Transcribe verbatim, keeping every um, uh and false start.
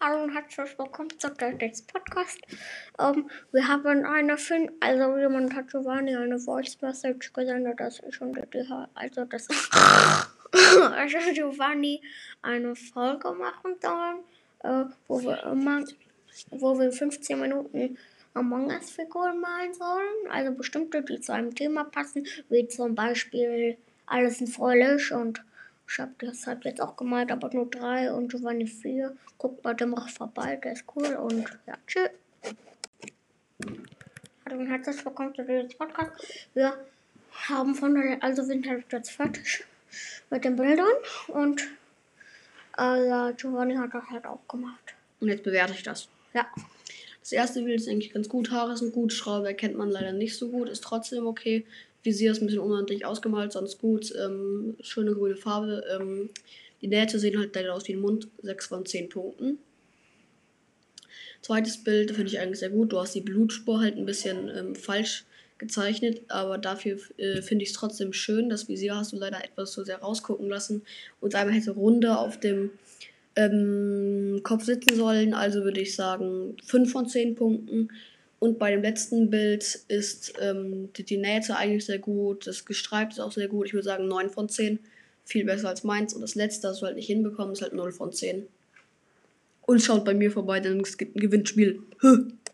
Hallo und herzlich willkommen zu Dates Podcast. Ähm, wir haben eine Fin also jemand hat Giovanni eine Voice Message gesendet, dass ich und die also dass also Giovanni eine Folge machen sollen, äh, wo wir immer, wo wir fünfzehn Minuten Among Us Figuren malen sollen, also bestimmte, die zu einem Thema passen, wie zum Beispiel Alles in Fröhlich und ich habe das halt jetzt auch gemalt, aber nur drei und Giovanni vier. Guckt bei dem auch vorbei, der ist cool und ja, tschüss. Hallo und herzlich willkommen zu diesem Podcast. Wir haben von der, also wir sind halt jetzt fertig mit den Bildern und äh, ja, Giovanni hat das halt auch gemacht. Und jetzt bewerte ich das. Ja. Das erste Bild ist eigentlich ganz gut. Haare sind gut. Schraube erkennt man leider nicht so gut. Ist trotzdem okay. Visier ist ein bisschen unordentlich ausgemalt, sonst gut. Ähm, schöne grüne Farbe. Ähm, die Nähte sehen halt leider aus wie ein Mund. sechs von zehn Punkten. Zweites Bild finde ich eigentlich sehr gut. Du hast die Blutspur halt ein bisschen ähm, falsch gezeichnet, aber dafür äh, finde ich es trotzdem schön. Das Visier hast du leider etwas zu sehr rausgucken lassen und einmal hätte runde auf dem ähm, Kopf sitzen sollen, also würde ich sagen fünf von zehn Punkten. Und bei dem letzten Bild ist ähm, die, die Nähte eigentlich sehr gut, das Gestreift ist auch sehr gut, ich würde sagen neun von zehn, viel besser als meins. Und das letzte, das du halt nicht hinbekommen, ist halt null von zehn. Und schaut bei mir vorbei, denn es gibt ein Gewinnspiel.